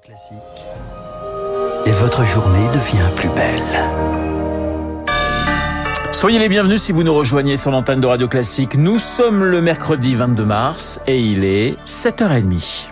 Classique. Et votre journée devient plus belle. Soyez les bienvenus si vous nous rejoignez sur l'antenne de Radio Classique. Nous sommes le mercredi 22 mars et il est 7h30.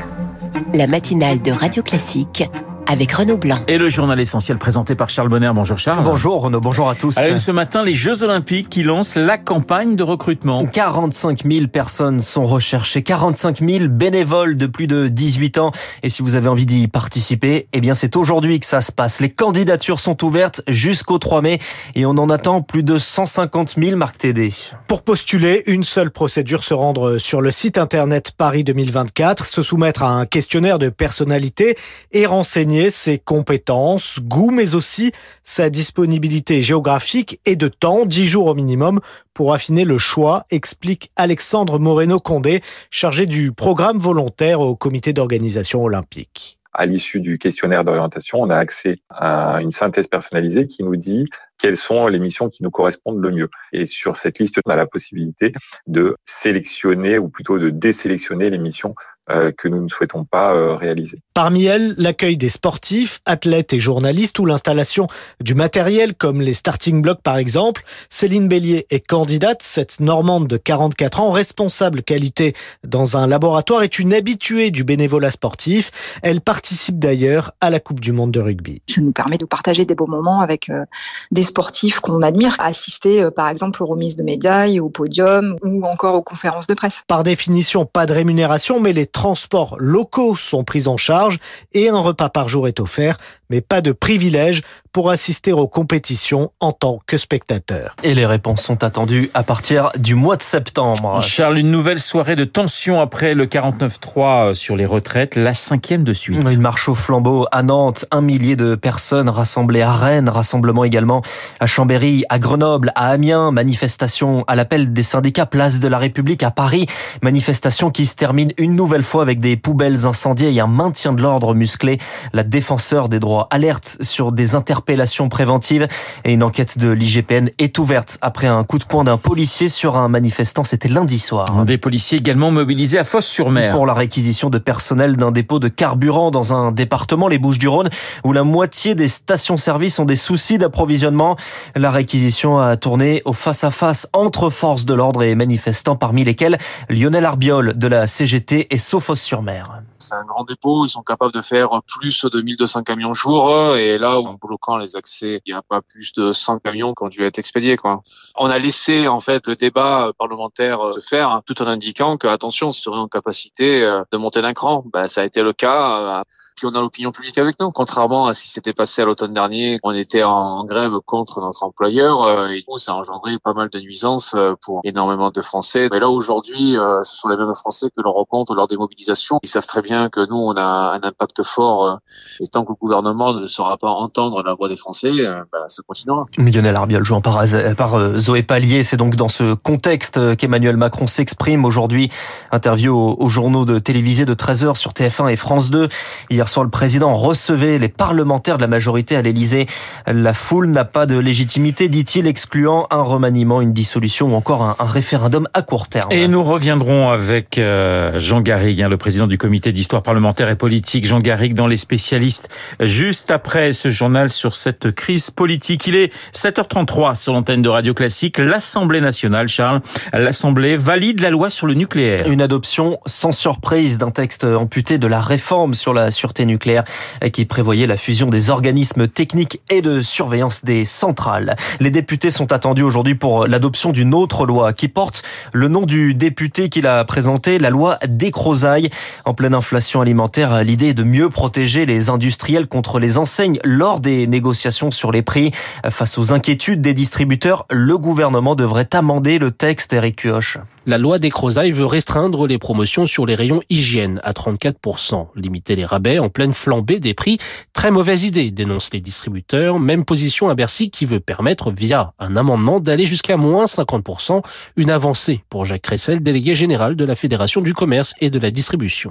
La matinale de Radio Classique avec Renaud Blanc. Et le journal essentiel présenté par Charles Bonner. Bonjour Charles. Bonjour Renaud, bonjour à tous. Alors, ce matin, les Jeux Olympiques qui lancent la campagne de recrutement. 45 000 personnes sont recherchées, 45 000 bénévoles de plus de 18 ans. Et si vous avez envie d'y participer, eh bien c'est aujourd'hui que ça se passe. Les candidatures sont ouvertes jusqu'au 3 mai et on en attend plus de 150 000, Marc Tédé. Pour postuler, une seule procédure, se rendre sur le site internet Paris 2024, se soumettre à un questionnaire de personnalité et renseigner ses compétences, goûts, mais aussi sa disponibilité géographique et de temps, 10 jours au minimum, pour affiner le choix, explique Alexandre Moreno-Condé, chargé du programme volontaire au comité d'organisation olympique. À l'issue du questionnaire d'orientation, on a accès à une synthèse personnalisée qui nous dit quelles sont les missions qui nous correspondent le mieux. Et sur cette liste, on a la possibilité de sélectionner ou plutôt de désélectionner les missions que nous ne souhaitons pas réaliser. Parmi elles, l'accueil des sportifs, athlètes et journalistes ou l'installation du matériel comme les starting blocks par exemple. Céline Bélier est candidate. Cette Normande de 44 ans, responsable qualité dans un laboratoire, est une habituée du bénévolat sportif. Elle participe d'ailleurs à la Coupe du Monde de rugby. Ça nous permet de partager des beaux moments avec des sportifs qu'on admire, assister par exemple aux remises de médailles, au podium ou encore aux conférences de presse. Par définition, pas de rémunération, mais les transports locaux sont pris en charge et un repas par jour est offert, mais pas de privilège pour assister aux compétitions en tant que spectateur. Et les réponses sont attendues à partir du mois de septembre. Charles, une nouvelle soirée de tension après le 49.3 sur les retraites, la 5e de suite. Une marche au flambeau à Nantes, 1 millier de personnes rassemblées à Rennes, rassemblement également à Chambéry, à Grenoble, à Amiens, manifestation à l'appel des syndicats, place de la République à Paris, manifestation qui se termine une nouvelle fois avec des poubelles incendiées et un maintien de l'ordre musclé. La défenseur des droits alerte sur des interpellations préventives et une enquête de l'IGPN est ouverte après un coup de poing d'un policier sur un manifestant. C'était lundi soir. Des policiers également mobilisés à Fos-sur-Mer pour la réquisition de personnel d'un dépôt de carburant dans un département, les Bouches-du-Rhône, où la moitié des stations-service ont des soucis d'approvisionnement. La réquisition a tourné au face-à-face entre forces de l'ordre et manifestants, parmi lesquels Lionel Arbiol de la CGT et Fos-sur-Mer. C'est un grand dépôt, ils sont capables de faire plus de 1200 camions jour, et là, en bloquant les accès, il n'y a pas plus de 100 camions qui ont dû être expédiés, quoi. On a laissé, en fait, le débat parlementaire se faire, tout en indiquant que, attention, si on est en capacité de monter d'un cran. Ça a été le cas. Puis on a l'opinion publique avec nous. Contrairement à ce qui s'était passé à l'automne dernier, on était en grève contre notre employeur, et ça a engendré pas mal de nuisances pour énormément de Français. Mais là, aujourd'hui, ce sont les mêmes Français que l'on rencontre lors des mobilisations. Ils savent très bien que nous, on a un impact fort, et tant que le gouvernement ne saura pas entendre la voix des Français, ça continuera. Lionel Arbiol jouant par Zoé Pallier, c'est donc dans ce contexte qu'Emmanuel Macron s'exprime aujourd'hui. Interview aux journaux de télévisés de 13h sur TF1 et France 2. Hier soir, le président recevait les parlementaires de la majorité à l'Élysée. La foule n'a pas de légitimité, dit-il, excluant un remaniement, une dissolution ou encore un référendum à court terme. Et nous reviendrons avec Jean Garrigue, le président du comité d'histoire parlementaire et politique. Jean Garrigue dans Les Spécialistes, juste après ce journal sur cette crise politique. Il est 7h33 sur l'antenne de Radio Classique. L'Assemblée nationale, Charles, l'Assemblée valide la loi sur le nucléaire. Une adoption sans surprise d'un texte amputé de la réforme sur la sûreté nucléaire qui prévoyait la fusion des organismes techniques et de surveillance des centrales. Les députés sont attendus aujourd'hui pour l'adoption d'une autre loi qui porte le nom du député qui l'a présenté, la loi Descrozaille. En pleine inflation alimentaire, l'idée est de mieux protéger les industriels contre les enseignes lors des négociations sur les prix. Face aux inquiétudes des distributeurs, le gouvernement devrait amender le texte. Éric Cuoche. La loi Descrozaille veut restreindre les promotions sur les rayons hygiène à 34%, limiter les rabais en pleine flambée des prix. Très mauvaise idée, dénoncent les distributeurs. Même position à Bercy qui veut permettre, via un amendement, d'aller jusqu'à moins 50%. Une avancée pour Jacques Cressel, délégué général de la Fédération du commerce et de la distribution. Si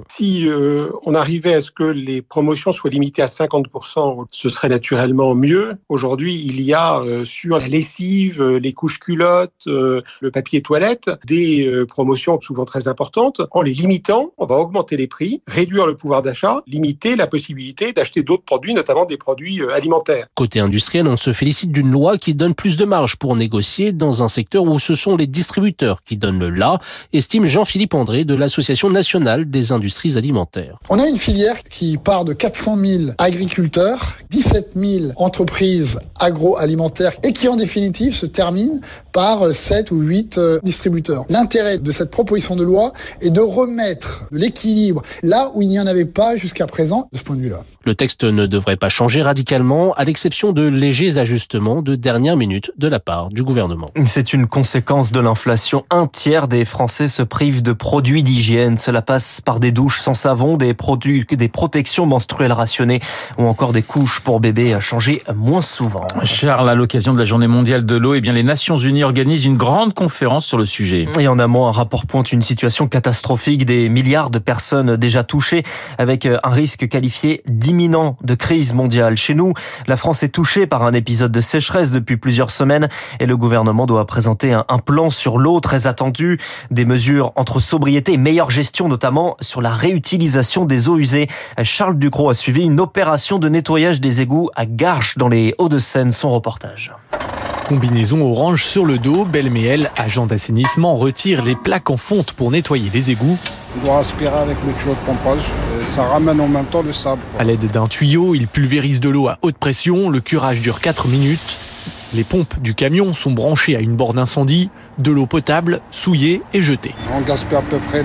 on arrivait à ce que les promotions soient limitées à 50%, ce serait naturellement mieux. Aujourd'hui, il y a sur la lessive, les couches culottes, le papier toilette, des promotions souvent très importantes. En les limitant, on va augmenter les prix, réduire le pouvoir d'achat, limiter la possibilité d'acheter d'autres produits, notamment des produits alimentaires. Côté industriel, on se félicite d'une loi qui donne plus de marge pour négocier dans un secteur où ce sont les distributeurs qui donnent le là, estime Jean-Philippe André de l'Association nationale des industries alimentaires. On a une filière qui part de 400 000 agriculteurs, 17 000 entreprises agroalimentaires et qui en définitive se termine par 7 ou 8 distributeurs. L'intérêt de cette proposition de loi est de remettre l'équilibre là où il n'y en avait pas jusqu'à présent de ce point de vue-là. Le texte ne devrait pas changer radicalement, à l'exception de légers ajustements de dernière minute de la part du gouvernement. C'est une conséquence de l'inflation. Un tiers des Français se privent de produits d'hygiène. Cela passe par des douches sans savon, des protections menstruelles rationnées ou encore des couches pour bébés à changer moins souvent. Charles, à l'occasion de la Journée mondiale de l'eau, les Nations Unies organisent une grande conférence sur le sujet. Et en amont, un rapport pointe une situation catastrophique, des milliards de personnes déjà touchées avec un risque qualifié d'imminent de crise mondiale. Chez nous, la France est touchée par un épisode de sécheresse depuis plusieurs semaines et le gouvernement doit présenter un plan sur l'eau très attendu. Des mesures entre sobriété et meilleure gestion, notamment sur la réutilisation des eaux usées. Charles Ducrot a suivi une opération de nettoyage des égouts à Garches dans les Hauts-de-Seine. Son reportage. Combinaison orange sur le dos, Belméel, agent d'assainissement, retire les plaques en fonte pour nettoyer les égouts. On doit aspirer avec le tuyau de pompage. Ça ramène en même temps le sable. À l'aide d'un tuyau, il pulvérise de l'eau à haute pression. Le curage dure 4 minutes. Les pompes du camion sont branchées à une borne d'incendie. De l'eau potable, souillée et jetée. On gaspille à peu près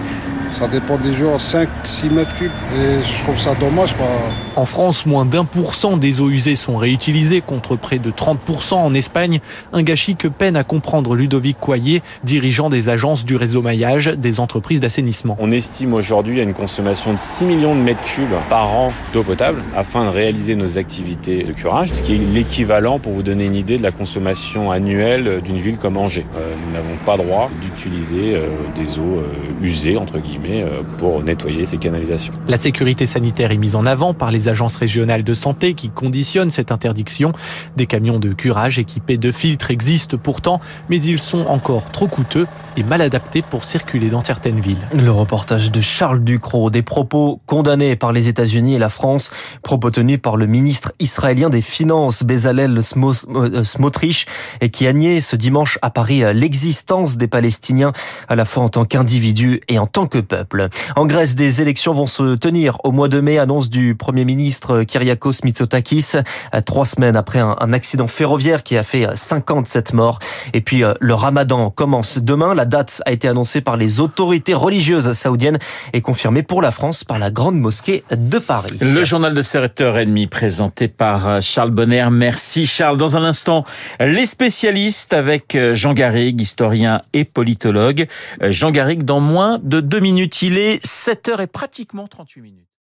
ça dépend des jours, 5-6 mètres cubes. Et je trouve ça dommage. En France, moins d'1% des eaux usées sont réutilisées contre près de 30% en Espagne. Un gâchis que peine à comprendre Ludovic Coyer, dirigeant des agences du réseau maillage des entreprises d'assainissement. On estime aujourd'hui à une consommation de 6 millions de mètres cubes par an d'eau potable afin de réaliser nos activités de curage, ce qui est l'équivalent, pour vous donner une idée, de la consommation annuelle d'une ville comme Angers. Nous n'avons pas droit d'utiliser des eaux usées, entre guillemets, pour nettoyer ces canalisations. La sécurité sanitaire est mise en avant par les agences régionales de santé qui conditionnent cette interdiction. Des camions de curage équipés de filtres existent pourtant, mais ils sont encore trop coûteux et mal adaptés pour circuler dans certaines villes. Le reportage de Charles Ducrot, des propos condamnés par les États-Unis et la France, propos tenus par le ministre israélien des Finances, Bezalel Smotrich, et qui a nié ce dimanche à Paris l'existence des Palestiniens, à la fois en tant qu'individus et en tant que peuple. En Grèce, des élections vont se tenir au mois de mai, annonce du Premier ministre Kyriakos Mitsotakis, 3 semaines après un accident ferroviaire qui a fait 57 morts. Et puis le Ramadan commence demain. La date a été annoncée par les autorités religieuses saoudiennes et confirmée pour la France par la Grande Mosquée de Paris. Le journal de 7h30 présenté par Charles Bonner. Merci Charles. Dans un instant, les spécialistes avec Jean Garrigue, historien et politologue. Jean Garrigue dans moins de 2 minutes. Il est 7h et pratiquement 38 minutes.